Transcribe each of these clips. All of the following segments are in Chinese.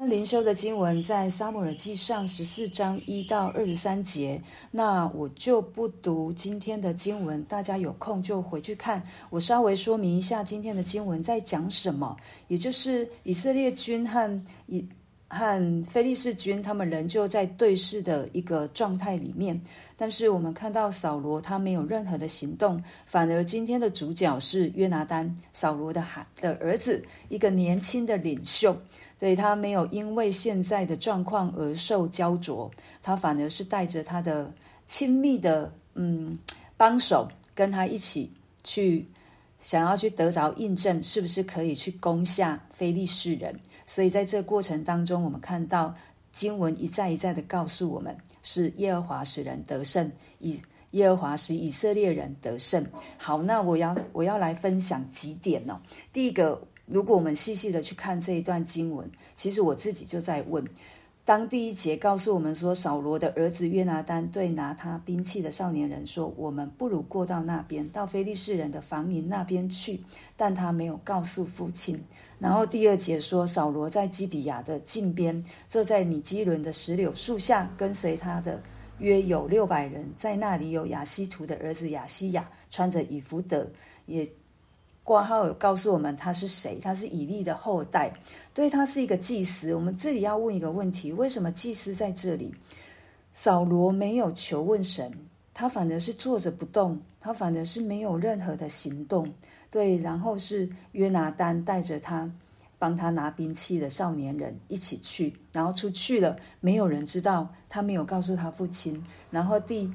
灵修的经文在撒母耳记上14章1到23节，那我就不读今天的经文，大家有空就回去看。我稍微说明一下今天的经文在讲什么，也就是以色列军和非利士军他们仍旧在对视的一个状态里面，但是我们看到扫罗他没有任何的行动，反而今天的主角是约拿单，扫罗的儿子，一个年轻的领袖。对，他没有因为现在的状况而受焦灼，他反而是带着他的亲密的帮手跟他一起去想要去得着印证，是不是可以去攻下非利士人。所以在这个过程当中，我们看到经文一再一再的告诉我们，是耶和华使人得胜，耶和华使以色列人得胜。好，那我要来分享几点哦。第一个，如果我们细细的去看这一段经文，其实我自己就在问，当第1节告诉我们说，扫罗的儿子约拿单对拿他兵器的少年人说，我们不如过到那边，到非利士人的防营那边去，但他没有告诉父亲。然后第2节说，扫罗在基比亚的近边，坐在米基伦的石榴树下，跟随他的约有600人，在那里有亚希图的儿子亚西亚，穿着以弗得，也挂号有告诉我们他是谁，他是以利的后代，对，他是一个祭司。我们这里要问一个问题，为什么祭司在这里？扫罗没有求问神，他反而是坐着不动，他反而是没有任何的行动。对，然后是约拿单带着他帮他拿兵器的少年人一起去，然后出去了，没有人知道，他没有告诉他父亲。然后第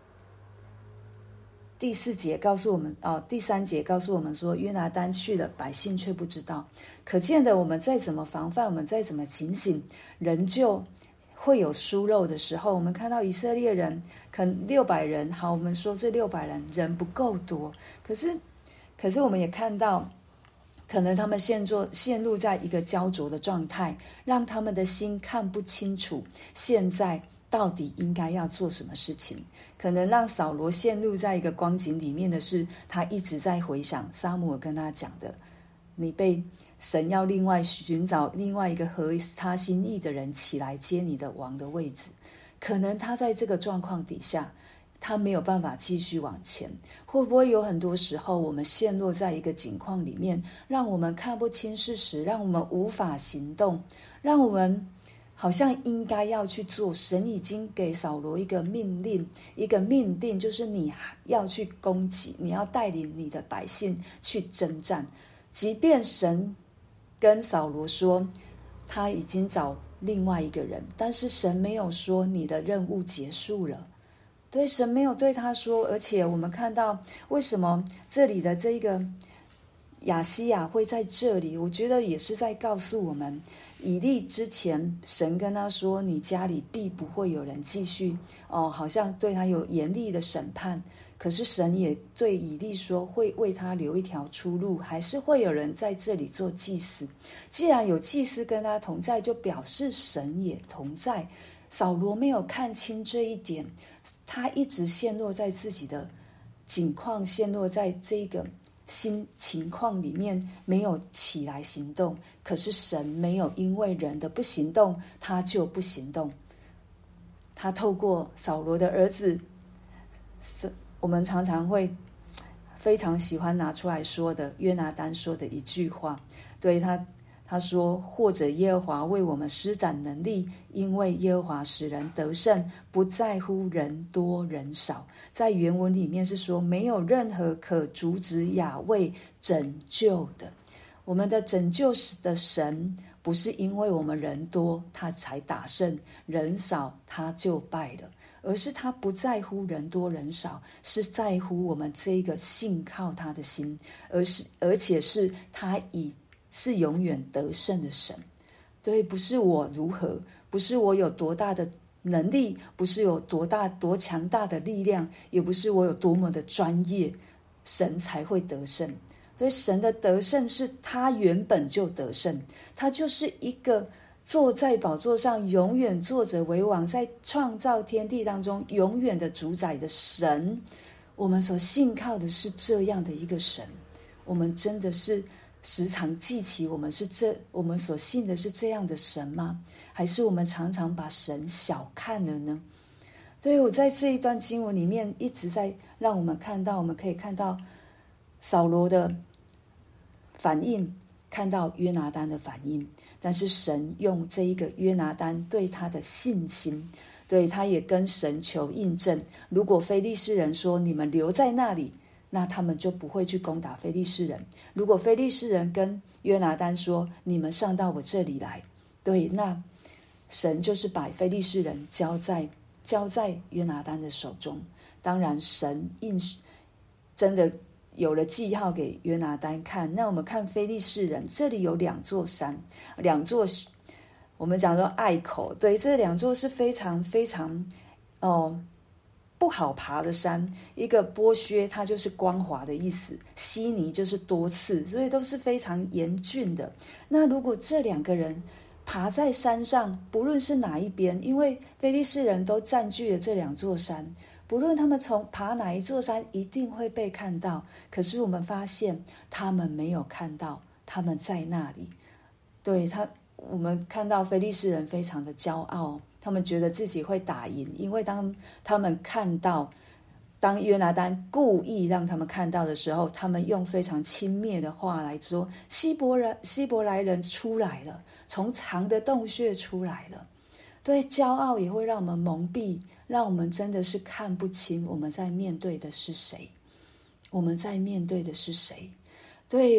4节告诉我们第3节告诉我们说，约拿单去了，百姓却不知道。可见的，我们再怎么防范，我们再怎么警醒，仍旧会有疏漏的时候。我们看到以色列人可能600人，好，我们说这600人不够多，可是我们也看到，可能他们陷入在一个焦灼的状态，让他们的心看不清楚现在到底应该要做什么事情。可能让扫罗陷入在一个光景里面的是，他一直在回想撒母耳跟他讲的，你被神要另外寻找另外一个合他心意的人起来接你的王的位置。可能他在这个状况底下，他没有办法继续往前。会不会有很多时候我们陷落在一个境况里面，让我们看不清事实，让我们无法行动，让我们好像应该要去做，神已经给扫罗一个命令，一个命定，就是你要去攻击，你要带领你的百姓去征战。即便神跟扫罗说他已经找另外一个人，但是神没有说你的任务结束了。对，神没有对他说。而且我们看到为什么这里的这个亚西亚会在这里，我觉得也是在告诉我们，以利之前神跟他说，你家里必不会有人继续好像对他有严厉的审判。可是神也对以利说，会为他留一条出路，还是会有人在这里做祭司。既然有祭司跟他同在，就表示神也同在。扫罗没有看清这一点，他一直陷落在自己的境况，陷落在这个新情况里面，没有起来行动。可是神没有因为人的不行动，他就不行动。他透过扫罗的儿子，我们常常会非常喜欢拿出来说的约拿单说的一句话，对，他说，或者耶和华为我们施展能力，因为耶和华使人得胜，不在乎人多人少。在原文里面是说，没有任何可阻止雅卫拯救的。我们的拯救的神不是因为我们人多他才打胜，人少他就败了，而是他不在乎人多人少，是在乎我们这个信靠他的心，而且是他是永远得胜的神。对，不是我如何，不是我有多大的能力，不是有多强大的力量，也不是我有多么的专业，神才会得胜。所以神的得胜是他原本就得胜，他就是一个坐在宝座上永远坐着为王，在创造天地当中永远的主宰的神。我们所信靠的是这样的一个神，我们真的是时常记起我们所信的是这样的神吗？还是我们常常把神小看了呢？对，我在这一段经文里面一直在让我们可以看到扫罗的反应，看到约拿单的反应，但是神用这一个约拿单对他的信心，对，他也跟神求印证，如果非利士人说你们留在那里，那他们就不会去攻打非利士人。如果非利士人跟约拿单说你们上到我这里来，对，那神就是把非利士人交在约拿单的手中。当然神真的有了记号给约拿单看。那我们看非利士人，这里有2座山，我们讲说隘口，对，这2座是非常非常不好爬的山。一个剥削，它就是光滑的意思，稀泥就是多刺，所以都是非常严峻的。那如果这2个人爬在山上，不论是哪一边，因为非利士人都占据了这2座山，不论他们从爬哪一座山，一定会被看到。可是我们发现他们没有看到，他们在那里。对，我们看到非利士人非常的骄傲，他们觉得自己会打赢，因为当他们看到，当约拿单故意让他们看到的时候，他们用非常轻蔑的话来说，希伯来人出来了，从藏的洞穴出来了。对，骄傲也会让我们蒙蔽，让我们真的是看不清我们在面对的是谁，我们在面对的是谁。对，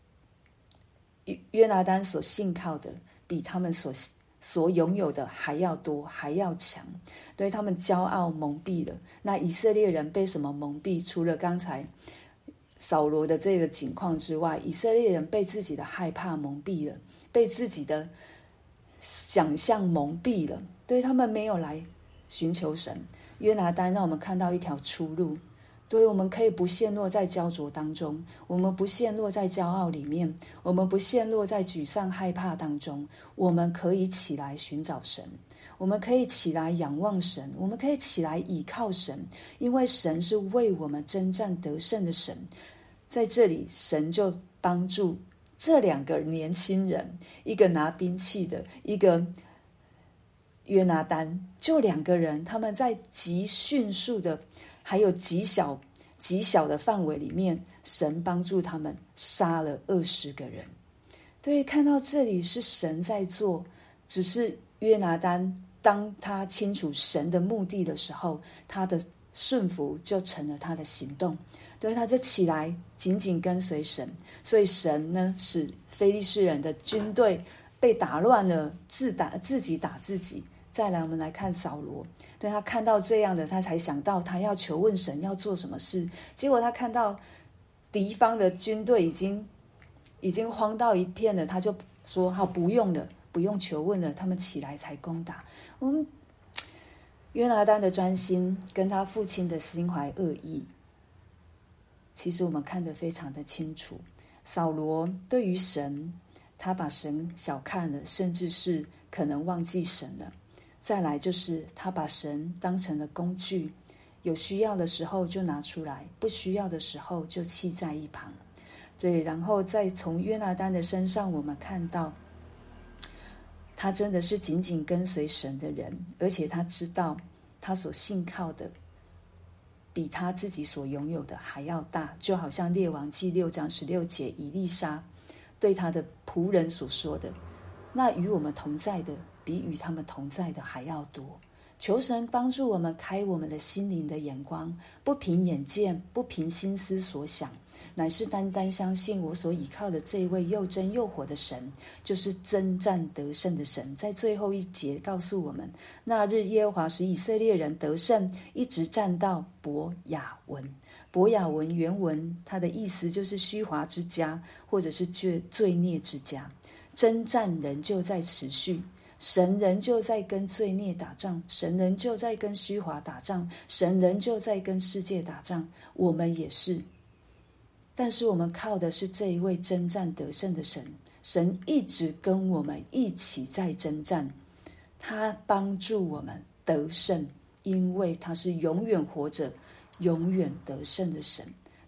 约拿单所信靠的比他们所拥有的还要多，还要强。对，他们骄傲蒙蔽了。那以色列人被什么蒙蔽？除了刚才扫罗的这个情况之外，以色列人被自己的害怕蒙蔽了，被自己的想象蒙蔽了。对，他们没有来寻求神。约拿单让我们看到一条出路，对，我们可以不陷落在焦灼当中，我们不陷落在骄傲里面，我们不陷落在沮丧害怕当中，我们可以起来寻找神，我们可以起来仰望神，我们可以起来倚靠神，因为神是为我们征战得胜的神。在这里神就帮助这2个年轻人，一个拿兵器的，一个约拿单，就2个人，他们在极迅速的还有极小的范围里面，神帮助他们杀了20个人。对，看到这里是神在做，只是约拿单当他清楚神的目的的时候，他的顺服就成了他的行动。对，他就起来紧紧跟随神。所以神呢，使非利士人的军队被打乱了，自己打自己。再来我们来看扫罗，对，他看到这样的，他才想到他要求问神要做什么事。结果他看到敌方的军队已经慌到一片了，他就说好，不用了，不用求问了，他们起来才攻打。我们约拿单的专心跟他父亲的心怀恶意，其实我们看得非常的清楚。扫罗对于神，他把神小看了，甚至是可能忘记神了。再来就是他把神当成了工具，有需要的时候就拿出来，不需要的时候就弃在一旁。对，然后再从约拿单的身上我们看到，他真的是紧紧跟随神的人，而且他知道他所信靠的比他自己所拥有的还要大。就好像列王记6章16节以利沙对他的仆人所说的，那与我们同在的比与他们同在的还要多。求神帮助我们开我们的心灵的眼光，不凭眼见，不凭心思所想，乃是单单相信我所倚靠的这一位又真又活的神，就是征战得胜的神。在最后一节告诉我们，那日耶和华使以色列人得胜，一直战到伯亚文。伯亚文原文它的意思就是虚华之家，或者是罪孽之家。征战仍旧在持续，神仍旧在跟罪孽打仗，神仍旧在跟虚华打仗，神仍旧在跟世界打仗，我们也是。但是我们靠的是这一位征战得胜的神，神一直跟我们一起在征战，他帮助我们得胜，因为他是永远活着永远得胜的神。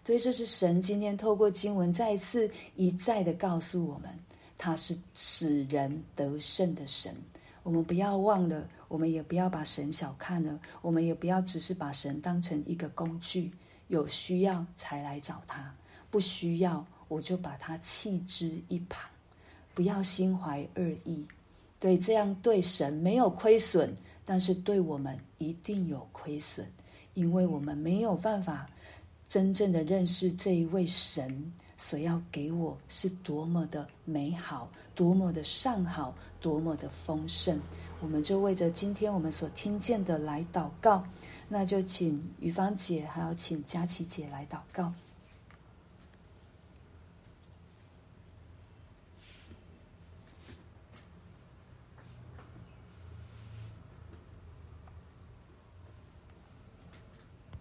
所以这是神今天透过经文再一次一再的告诉我们，他是使人得胜的神。我们不要忘了，我们也不要把神小看了，我们也不要只是把神当成一个工具，有需要才来找他，不需要我就把他弃之一旁。不要心怀恶意，对，这样对神没有亏损，但是对我们一定有亏损，因为我们没有办法真正的认识这一位神所要给我是多么的美好，多么的上好，多么的丰盛。我们就为着今天我们所听见的来祷告，那就请于芳姐还有请佳琪姐来祷告。